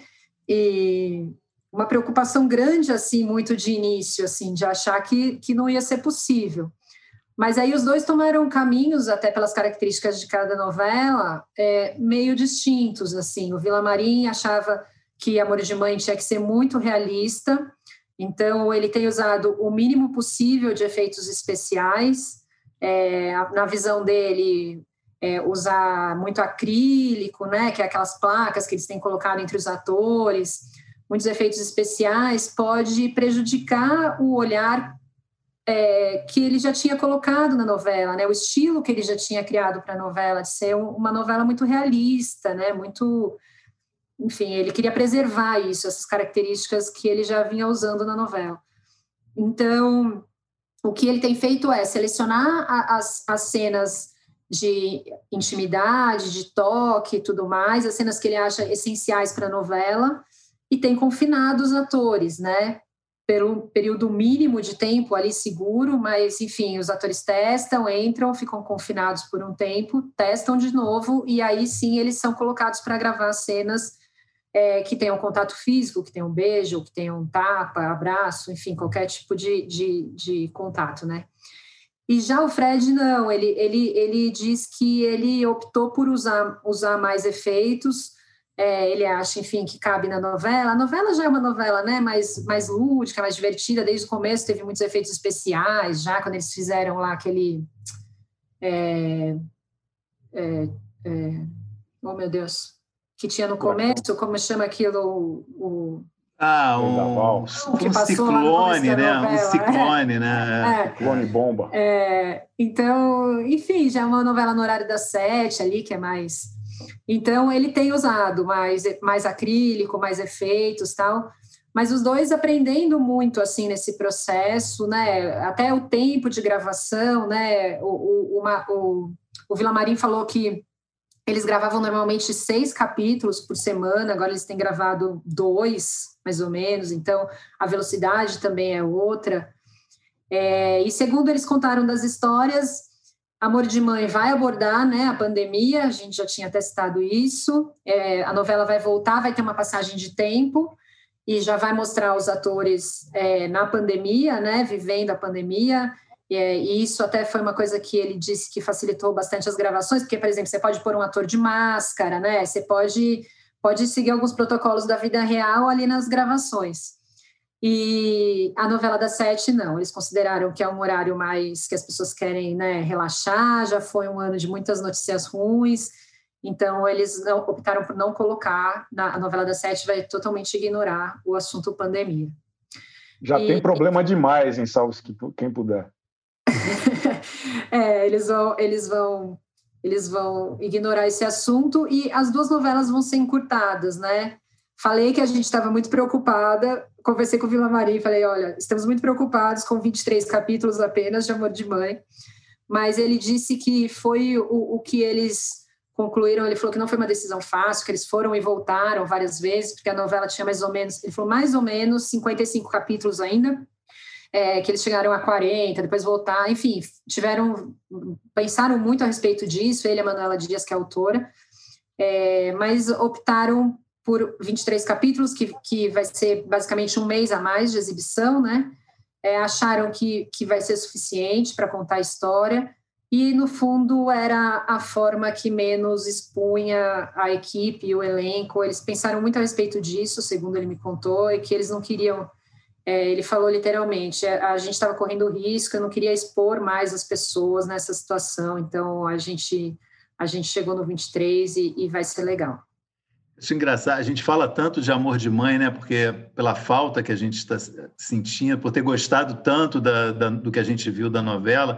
e... uma preocupação grande, assim, muito de início, assim, de achar que, que não ia ser possível. Mas aí os dois tomaram caminhos, até pelas características de cada novela, é, meio distintos, assim. O Vilar Marim achava que Amor de Mãe tinha que ser muito realista, então ele tem usado o mínimo possível de efeitos especiais. É, na visão dele, é, usar muito acrílico, né, que é aquelas placas que eles têm colocado entre os atores, muitos efeitos especiais, pode prejudicar o olhar é, que ele já tinha colocado na novela, né? O estilo que ele já tinha criado para a novela, de ser um, uma novela muito realista, né? Muito, enfim, ele queria preservar isso, essas características que ele já vinha usando na novela. Então, o que ele tem feito é selecionar a, as, as cenas de intimidade, de toque e tudo mais, as cenas que ele acha essenciais para a novela, e tem confinado os atores, né? Pelo período mínimo de tempo ali seguro, mas, enfim, os atores testam, entram, ficam confinados por um tempo, testam de novo, e aí sim eles são colocados para gravar cenas é, que tenham contato físico, que tenham beijo, que tenham tapa, abraço, enfim, qualquer tipo de, de, de contato, né? E já o Fred, não, ele, ele, ele diz que ele optou por usar, usar mais efeitos, É, ele acha, enfim, que cabe na novela. A novela já é uma novela, né, mais, mais lúdica, mais divertida. Desde o começo teve muitos efeitos especiais, já quando eles fizeram lá aquele... É, é, é, oh, meu Deus... que tinha no começo, como chama aquilo... O, ah, um, que um ciclone, né? Um ciclone, né? É. Ciclone bomba. É, então, enfim, já é uma novela no horário das sete ali, que é mais... Então, ele tem usado mais, mais acrílico, mais efeitos e tal, mas os dois aprendendo muito, assim, nesse processo, né? Até o tempo de gravação, né? O, o, uma, o, o Villamarín falou que eles gravavam normalmente seis capítulos por semana, agora eles têm gravado dois, mais ou menos, então a velocidade também é outra. É, e segundo eles contaram das histórias, Amor de Mãe vai abordar, né, a pandemia, a gente já tinha testado isso, é, a novela vai voltar, vai ter uma passagem de tempo e já vai mostrar os atores é, na pandemia, né, vivendo a pandemia. E isso até foi uma coisa que ele disse que facilitou bastante as gravações, porque, por exemplo, você pode pôr um ator de máscara, né? Você pode, pode seguir alguns protocolos da vida real ali nas gravações. E a novela das sete, não. Eles consideraram que é um horário mais que as pessoas querem, né, relaxar, já foi um ano de muitas notícias ruins, então eles não, optaram por não colocar, na, a novela das sete vai totalmente ignorar o assunto pandemia. Já e, tem problema demais em Salve Quem Puder. é, eles vão, eles vão, eles vão ignorar esse assunto e as duas novelas vão ser encurtadas, né? Falei que a gente estava muito preocupada, conversei com o Villamarín e falei, olha, estamos muito preocupados com vinte e três capítulos apenas de Amor de Mãe, mas ele disse que foi o, o que eles concluíram, ele falou que não foi uma decisão fácil, que eles foram e voltaram várias vezes, porque a novela tinha mais ou menos, ele falou mais ou menos cinquenta e cinco capítulos ainda, É, que eles chegaram a quarenta, depois voltar, enfim, tiveram, pensaram muito a respeito disso, ele e a Manuela Dias, que é a autora, é, mas optaram por vinte e três capítulos, que, que vai ser basicamente um mês a mais de exibição, né? É, acharam que, que vai ser suficiente para contar a história, e no fundo era a forma que menos expunha a equipe e o elenco. Eles pensaram muito a respeito disso, segundo ele me contou, e que eles não queriam... É, ele falou literalmente, a gente estava correndo risco, eu não queria expor mais as pessoas nessa situação, então a gente, a gente chegou no vinte e três e, e vai ser legal. Acho engraçado, a gente fala tanto de Amor de Mãe, né? Porque pela falta que a gente está sentindo, por ter gostado tanto da, da, do que a gente viu da novela,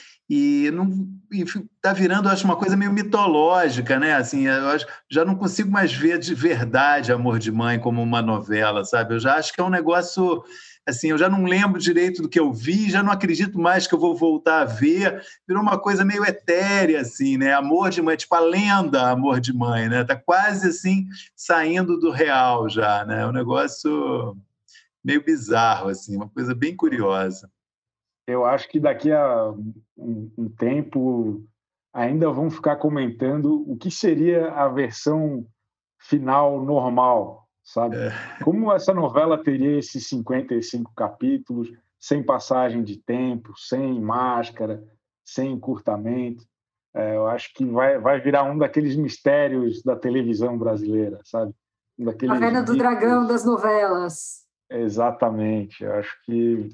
e está virando, eu acho, uma coisa meio mitológica, né? Assim, eu acho, já não consigo mais ver de verdade Amor de Mãe como uma novela, sabe? Eu já acho que é um negócio, assim, eu já não lembro direito do que eu vi, já não acredito mais que eu vou voltar a ver, virou uma coisa meio etérea, assim, né? Amor de Mãe, tipo a lenda Amor de Mãe, né? Está quase, assim, saindo do real já, né? É um negócio meio bizarro, assim, uma coisa bem curiosa. Eu acho que daqui a um, um tempo ainda vão ficar comentando o que seria a versão final normal, sabe? É. Como essa novela teria esses cinquenta e cinco capítulos, sem passagem de tempo, sem máscara, sem encurtamento. É, eu acho que vai, vai virar um daqueles mistérios da televisão brasileira, sabe? Um daqueles a Caverna do mitos... Dragão das novelas. Exatamente. Eu acho que...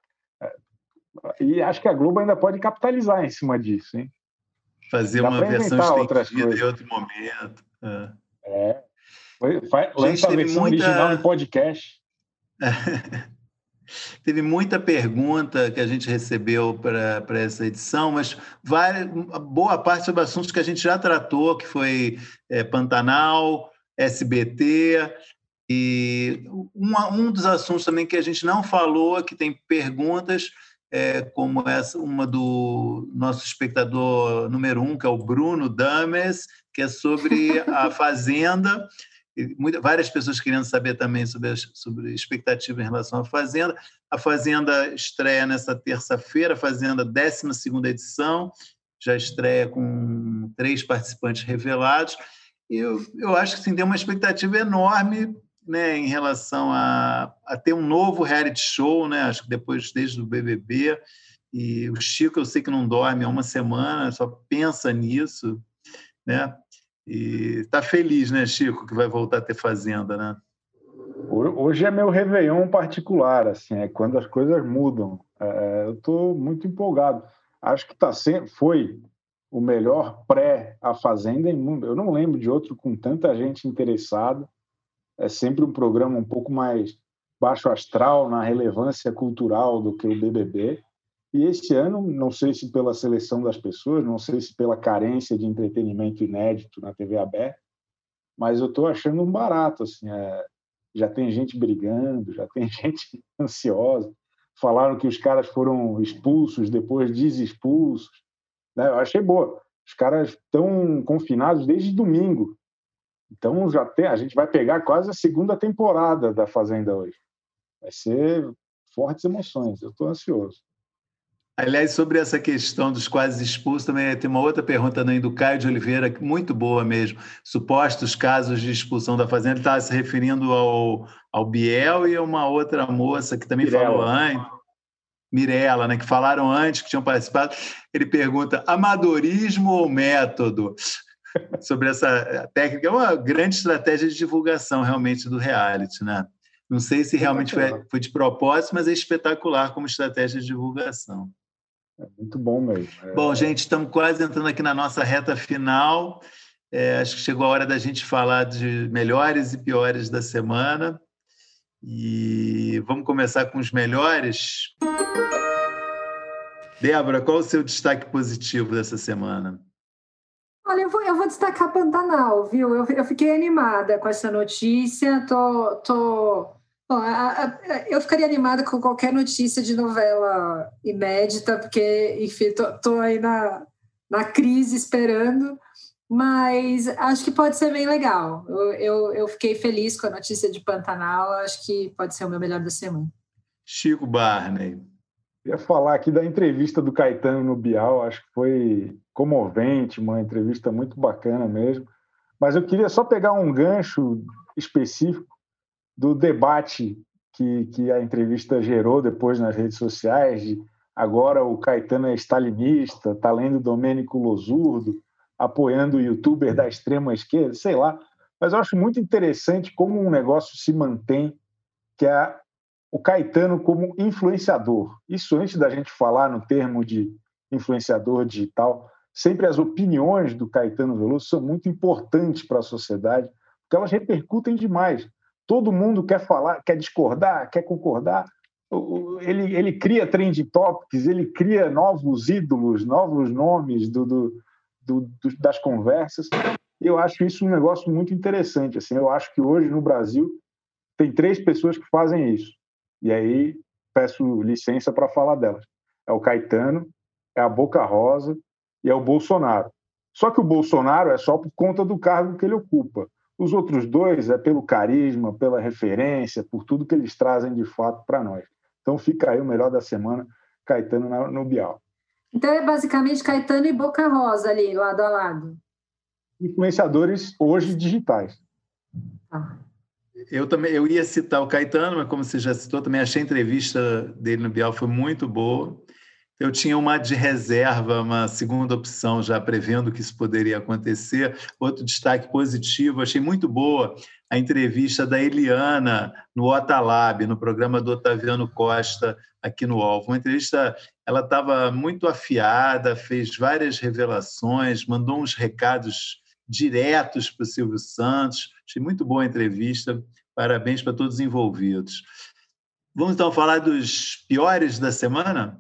E acho que a Globo ainda pode capitalizar em cima disso, hein? Fazer Dá uma versão estendida em outro momento. É. é. Vai, lança a versão muita... original em podcast. Teve muita pergunta que a gente recebeu para essa edição, mas vai, boa parte sobre assuntos que a gente já tratou, que foi é, Pantanal, S B T... E um, um dos assuntos também que a gente não falou, que tem perguntas, é, como essa, uma do nosso espectador número um, que é o Bruno Dames, que é sobre a Fazenda. E muita, várias pessoas querendo saber também sobre a, sobre a expectativa em relação à Fazenda. A Fazenda estreia nessa terça-feira, a Fazenda décima segunda edição, já estreia com três participantes revelados. E eu, eu acho que sim, tem uma expectativa enorme, né, em relação a, a ter um novo reality show, né, acho que depois, desde o B B B, e o Chico, eu sei que não dorme há uma semana, só pensa nisso, né, E está feliz, né, Chico, que vai voltar a ter fazenda, né? Hoje é meu Réveillon particular, assim, é quando as coisas mudam. É, eu estou muito empolgado. Acho que tá sempre, foi o melhor pré a Fazenda em mundo. Eu não lembro de outro com tanta gente interessada. É sempre um programa um pouco mais baixo astral na relevância cultural do que o B B B. E esse ano, não sei se pela seleção das pessoas, não sei se pela carência de entretenimento inédito na T V aberta, mas eu estou achando um barato, assim, é, já tem gente brigando, já tem gente ansiosa. Falaram que os caras foram expulsos, depois desexpulsos, né? Eu achei boa. Os caras estão confinados desde domingo. Então já tem, a gente vai pegar quase a segunda temporada da Fazenda hoje. Vai ser fortes emoções. Eu estou ansioso. Aliás, sobre essa questão dos quase expulsos, também tem uma outra pergunta também do Caio de Oliveira, muito boa mesmo. Supostos casos de expulsão da Fazenda, estava se referindo ao, ao Biel e a uma outra moça que também Mirella. falou antes, Mirella, né, que falaram antes, que tinham participado. Ele pergunta, amadorismo ou método? Sobre essa técnica. É uma grande estratégia de divulgação, realmente, do reality, né? Não sei se realmente foi, foi de propósito, mas é espetacular como estratégia de divulgação. É muito bom mesmo. É... Bom, gente, estamos quase entrando aqui na nossa reta final. É, acho que chegou a hora da gente falar de melhores e piores da semana. E vamos começar com os melhores. Débora, qual o seu destaque positivo dessa semana? Olha, eu vou, eu vou destacar Pantanal, viu? Eu, eu fiquei animada com essa notícia. Tô, tô... Bom, a, a, eu ficaria animada com qualquer notícia de novela inédita, porque, enfim, tô, tô aí na, na crise esperando, mas acho que pode ser bem legal. Eu, eu, eu fiquei feliz com a notícia de Pantanal, acho que pode ser o meu melhor da semana. Chico Barney. Eu ia falar aqui da entrevista do Caetano no Bial, acho que foi comovente, uma entrevista muito bacana mesmo, mas eu queria só pegar um gancho específico do debate que, que a entrevista gerou depois nas redes sociais, de agora o Caetano é stalinista, está lendo Domênico Losurdo, apoiando o youtuber da extrema esquerda, sei lá, mas eu acho muito interessante como um negócio se mantém, que é o Caetano como influenciador. Isso antes da gente falar no termo de influenciador digital, sempre as opiniões do Caetano Veloso são muito importantes para a sociedade, porque elas repercutem demais. Todo mundo quer falar, quer discordar, quer concordar. Ele, ele cria trend topics, ele cria novos ídolos, novos nomes do, do, do, das conversas. Eu acho isso um negócio muito interessante. Assim, eu acho que hoje no Brasil tem três pessoas que fazem isso. E aí peço licença para falar delas. É o Caetano, é a Boca Rosa e é o Bolsonaro. Só que o Bolsonaro é só por conta do cargo que ele ocupa. Os outros dois é pelo carisma, pela referência, por tudo que eles trazem de fato para nós. Então fica aí o melhor da semana, Caetano no Bial. Então é basicamente Caetano e Boca Rosa ali, lado a lado. Influenciadores hoje digitais. Ah. Eu também eu ia citar o Caetano, mas como você já citou, também achei a entrevista dele no Bial foi muito boa. Eu tinha uma de reserva, uma segunda opção, já prevendo que isso poderia acontecer. Outro destaque positivo, achei muito boa a entrevista da Eliana no Otalab, no programa do Otaviano Costa, aqui no U O L. Uma entrevista, ela estava muito afiada, fez várias revelações, mandou uns recados diretos para o Silvio Santos. Achei muito boa a entrevista. Parabéns para todos os envolvidos. Vamos, então, falar dos piores da semana?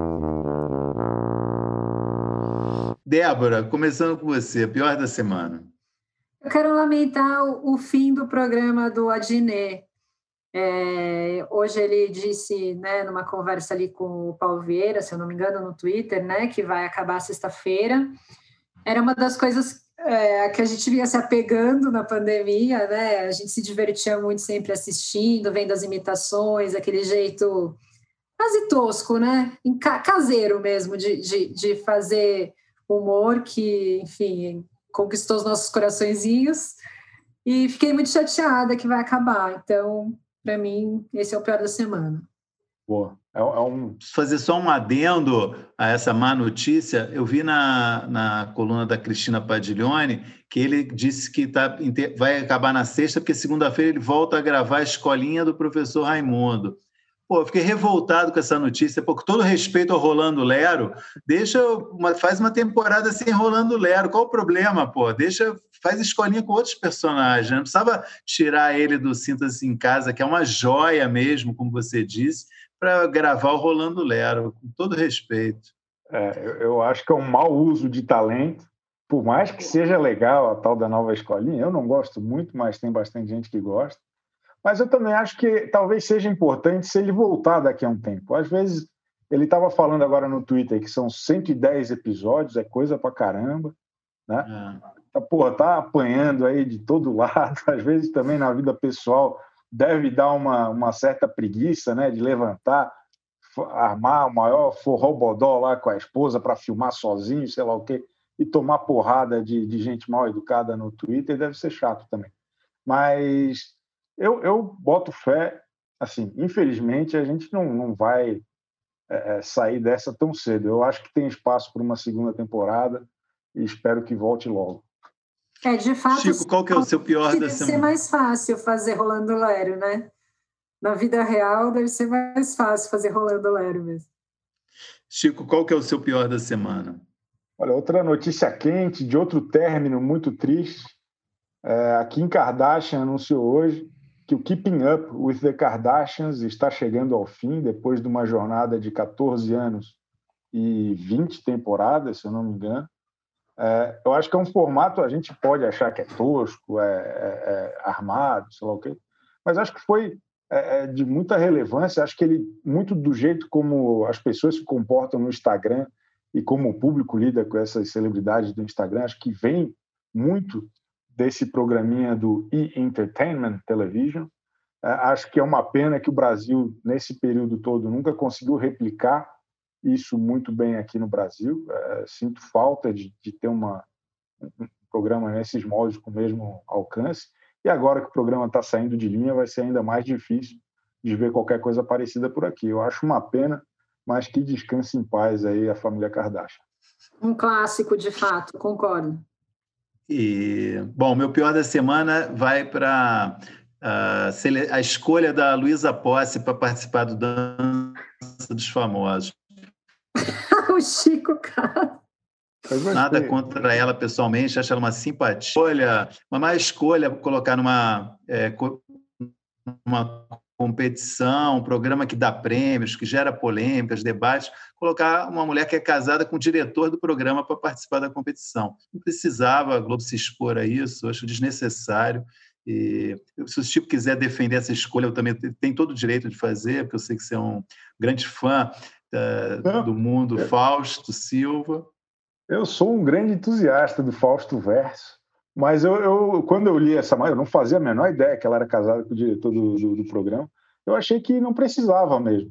Débora, começando com você, pior da semana. Eu quero lamentar o, o fim do programa do Adnet. É, hoje ele disse, né, numa conversa ali com o Paulo Vieira, se eu não me engano, no Twitter, né, que vai acabar sexta-feira. Era uma das coisas é, que a gente vinha se apegando na pandemia, né? A gente se divertia muito sempre assistindo, vendo as imitações, aquele jeito quase tosco, né? Caseiro mesmo, de, de, de fazer humor que, enfim, conquistou os nossos coraçõezinhos. E fiquei muito chateada que vai acabar. Então, para mim, esse é o pior da semana. Pô, é, é um... Fazer só um adendo a essa má notícia, eu vi na, na coluna da Cristina Padiglione que ele disse que tá, vai acabar na sexta, porque segunda-feira ele volta a gravar a escolinha do professor Raimundo. Pô, eu fiquei revoltado com essa notícia, porque todo respeito ao Rolando Lero, deixa uma, faz uma temporada sem Rolando Lero. Qual o problema, pô? Deixa, faz escolinha com outros personagens. Não precisava tirar ele do Sinta-se em Casa, que é uma joia mesmo, como você disse, para gravar o Rolando Lero, com todo respeito. É, eu, eu acho que é um mau uso de talento, por mais que seja legal a tal da nova escolinha. Eu não gosto muito, mas tem bastante gente que gosta. Mas eu também acho que talvez seja importante se ele voltar daqui a um tempo. Às vezes, ele estava falando agora no Twitter que são cento e dez episódios, é coisa pra caramba, né? É. Porra, tá apanhando aí de todo lado. Às vezes também na vida pessoal deve dar uma, uma certa preguiça, né? De levantar, armar o maior forró-bodó lá com a esposa para filmar sozinho, sei lá o quê, e tomar porrada de, de gente mal educada no Twitter, deve ser chato também. Mas... Eu, eu boto fé, assim, infelizmente a gente não, não vai é, sair dessa tão cedo. Eu acho que tem espaço para uma segunda temporada e espero que volte logo. É, de fato, Chico, qual que é o seu pior da semana? Deve ser mais fácil fazer Rolando Lero, né? Na vida real deve ser mais fácil fazer Rolando Lero mesmo. Chico, qual que é o seu pior da semana? Olha, outra notícia quente, de outro término muito triste. É, a Kim Kardashian anunciou hoje que o Keeping Up with the Kardashians está chegando ao fim, depois de uma jornada de catorze anos e vinte temporadas, se eu não me engano. É, eu acho que é um formato, a gente pode achar que é tosco, é, é, é armado, sei lá o quê, mas acho que foi é, de muita relevância. Acho que ele, muito do jeito como as pessoas se comportam no Instagram e como o público lida com essas celebridades do Instagram, acho que vem muito desse programinha do E! Entertainment Television. Acho que é uma pena que o Brasil, nesse período todo, nunca conseguiu replicar isso muito bem aqui no Brasil. Sinto falta de, de ter uma, um programa nesses moldes com o mesmo alcance. E agora que o programa está saindo de linha, vai ser ainda mais difícil de ver qualquer coisa parecida por aqui. Eu acho uma pena, mas que descanse em paz aí a família Kardashian. Um clássico, de fato, concordo. E, bom, meu pior da semana vai para uh, a escolha da Luísa Posse para participar do Dança dos Famosos. O Chico, cara. Nada contra ela pessoalmente, acho ela uma simpatia. Escolha, uma má escolha colocar numa, é, uma competição, um programa que dá prêmios, que gera polêmicas, debates, colocar uma mulher que é casada com o diretor do programa para participar da competição. Não precisava a Globo se expor a isso, eu acho desnecessário. E se o Chico quiser defender essa escolha, eu também tenho todo o direito de fazer, porque eu sei que você é um grande fã uh, do mundo Fausto Silva. Eu sou um grande entusiasta do Fausto Verso, mas eu, eu, quando eu li essa, eu não fazia a menor ideia que ela era casada com o diretor do, do, do programa. Eu achei que não precisava mesmo.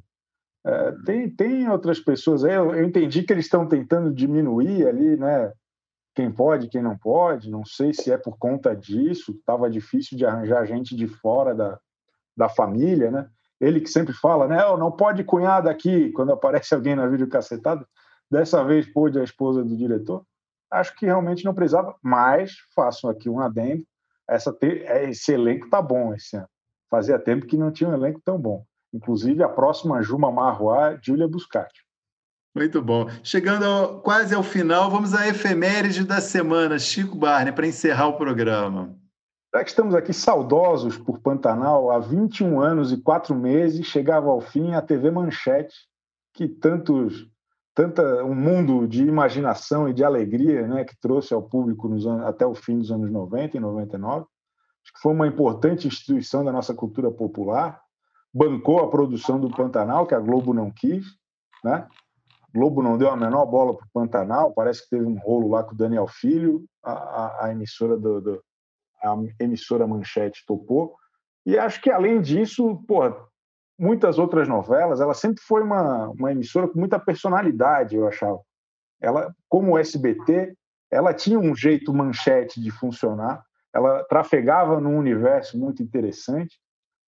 É, tem, tem outras pessoas aí, eu, eu entendi que eles estão tentando diminuir ali, né? Quem pode, quem não pode. Não sei se é por conta disso. Estava difícil de arranjar gente de fora da, da família, né? Ele que sempre fala, né? Oh, não pode cunhada aqui, quando aparece alguém na videocacetada. Dessa vez pôde a esposa do diretor. Acho que realmente não precisava, mas faço aqui um adendo. Essa te... Esse elenco tá bom esse ano. Fazia tempo que não tinha um elenco tão bom. Inclusive, a próxima Juma Marruá, Júlia Buscati. Muito bom. Chegando ao, quase ao final, vamos à efeméride da semana. Chico Barney, para encerrar o programa. Já que estamos aqui saudosos por Pantanal, há vinte e um anos e quatro meses chegava ao fim a T V Manchete, que tantos... tanta um mundo de imaginação e de alegria, né, que trouxe ao público nos anos, até o fim dos anos noventa e noventa e nove. Acho que foi uma importante instituição da nossa cultura popular, bancou a produção do Pantanal, que a Globo não quis, né? A Globo não deu a menor bola para o Pantanal, parece que teve um rolo lá com o Daniel Filho, a, a, a, emissora do, do, a emissora Manchete topou, e acho que, além disso, porra, muitas outras novelas, ela sempre foi uma, uma emissora com muita personalidade, eu achava. Ela, como o S B T, ela tinha um jeito Manchete de funcionar, ela trafegava num universo muito interessante,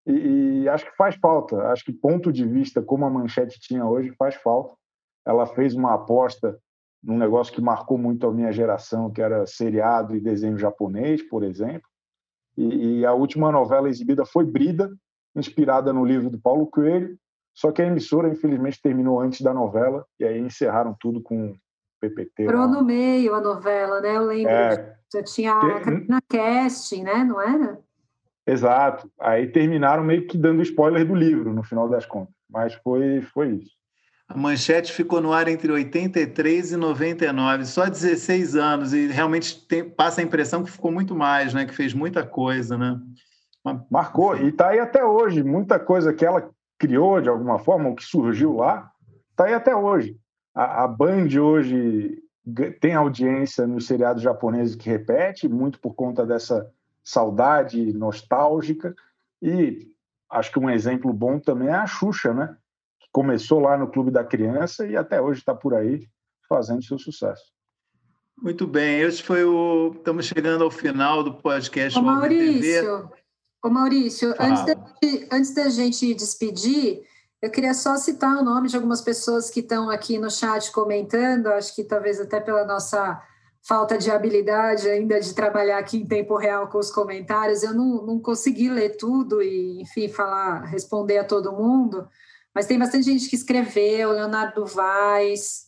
e, e acho que faz falta. Acho que ponto de vista como a Manchete tinha hoje faz falta. Ela fez uma aposta num negócio que marcou muito a minha geração, que era seriado e desenho japonês, por exemplo. E, e a última novela exibida foi Brida, inspirada no livro do Paulo Coelho, só que a emissora, infelizmente, terminou antes da novela, e aí encerraram tudo com P P T. Parou no meio a novela, né? Eu lembro, é, já tinha a Carolina Casting, né? Não era? Exato. Aí terminaram meio que dando spoiler do livro, no final das contas. Mas foi, foi isso. A Manchete ficou no ar entre oitenta e três e noventa e nove, só dezesseis anos, e realmente tem, passa a impressão que ficou muito mais, né? Que fez muita coisa, né? Mas, marcou, enfim. E está aí até hoje. Muita coisa que ela criou, de alguma forma, o que surgiu lá, está aí até hoje. A, a Band hoje tem audiência nos seriados japoneses que repete, muito por conta dessa saudade nostálgica, e acho que um exemplo bom também é a Xuxa, né? Que começou lá no Clube da Criança e até hoje está por aí fazendo seu sucesso. Muito bem, esse foi o... Estamos chegando ao final do podcast. Ô Maurício, Ô Maurício, antes da, antes da gente despedir, eu queria só citar o nome de algumas pessoas que estão aqui no chat comentando, acho que talvez até pela nossa falta de habilidade ainda de trabalhar aqui em tempo real com os comentários, eu não, não consegui ler tudo e, enfim, falar, responder a todo mundo, mas tem bastante gente que escreveu, Leonardo Vaz,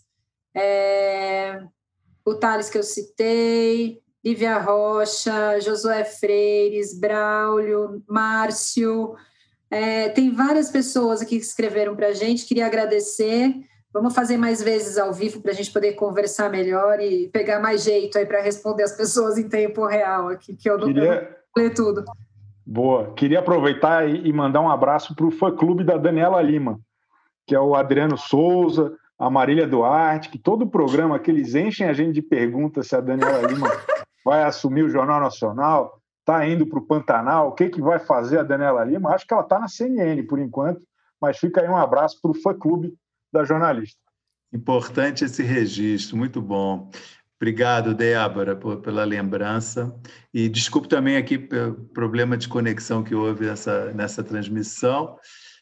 é, o Thales que eu citei, Lívia Rocha, Josué Freires, Braulio, Márcio, é, tem várias pessoas aqui que escreveram para a gente, queria agradecer. Vamos fazer mais vezes ao vivo para a gente poder conversar melhor e pegar mais jeito aí para responder as pessoas em tempo real aqui, que eu não Queria... ler tudo. Boa. Queria aproveitar e mandar um abraço para o fã-clube da Daniela Lima, que é o Adriano Souza, a Marília Duarte, que todo o programa que eles enchem a gente de perguntas se a Daniela Lima vai assumir o Jornal Nacional, está indo para o Pantanal, o que, que vai fazer a Daniela Lima? Acho que ela está na C N N por enquanto, mas fica aí um abraço para o fã-clube da jornalista. Importante esse registro, muito bom. Obrigado, Débora, por, pela lembrança. E desculpe também aqui pelo problema de conexão que houve nessa, nessa transmissão.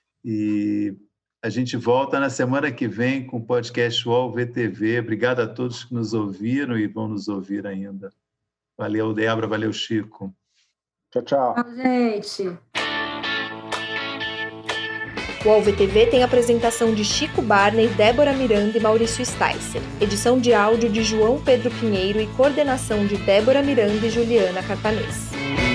E a gente volta na semana que vem com o podcast U O L V T V. Obrigado a todos que nos ouviram e vão nos ouvir ainda. Valeu, Débora. Valeu, Chico. Tchau, tchau. Tchau, gente. O U O L V T V tem a apresentação de Chico Barney, Débora Miranda e Maurício Sticer. Edição de áudio de João Pedro Pinheiro e coordenação de Débora Miranda e Juliana Carpanês.